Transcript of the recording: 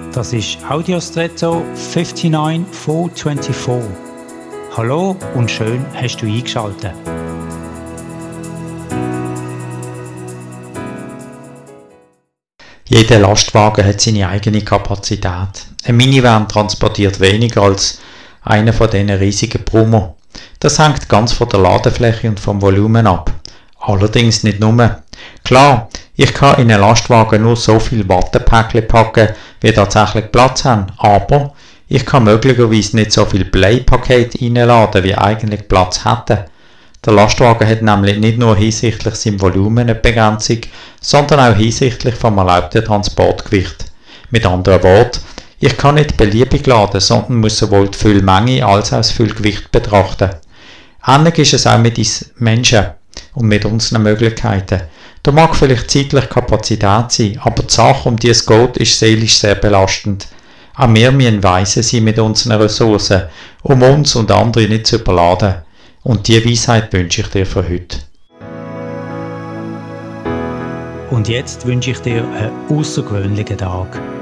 Das ist Audiostretto 59424. Hallo und schön hast du eingeschaltet. Jeder Lastwagen hat seine eigene Kapazität. Ein Minivan transportiert weniger als einer von diesen riesigen Brummer. Das hängt ganz von der Ladefläche und vom Volumen ab. Allerdings nicht nur. Klar, ich kann in einen Lastwagen nur so viel Wattepäckchen packen, wie tatsächlich Platz haben, aber ich kann möglicherweise nicht so viel Bleipaket reinladen, wie eigentlich Platz hätte. Der Lastwagen hat nämlich nicht nur hinsichtlich seinem Volumen eine Begrenzung, sondern auch hinsichtlich vom erlaubten Transportgewicht. Mit anderen Worten, ich kann nicht beliebig laden, sondern muss sowohl die Füllmenge als auch das Füllgewicht betrachten. Ähnlich ist es auch mit uns Menschen und mit unseren Möglichkeiten. Da mag vielleicht zeitlich Kapazität sein, aber die Sache, um die es geht, ist seelisch sehr belastend. Auch wir müssen weise sein mit unseren Ressourcen, um uns und andere nicht zu überladen. Und diese Weisheit wünsche ich dir für heute. Und jetzt wünsche ich dir einen außergewöhnlichen Tag.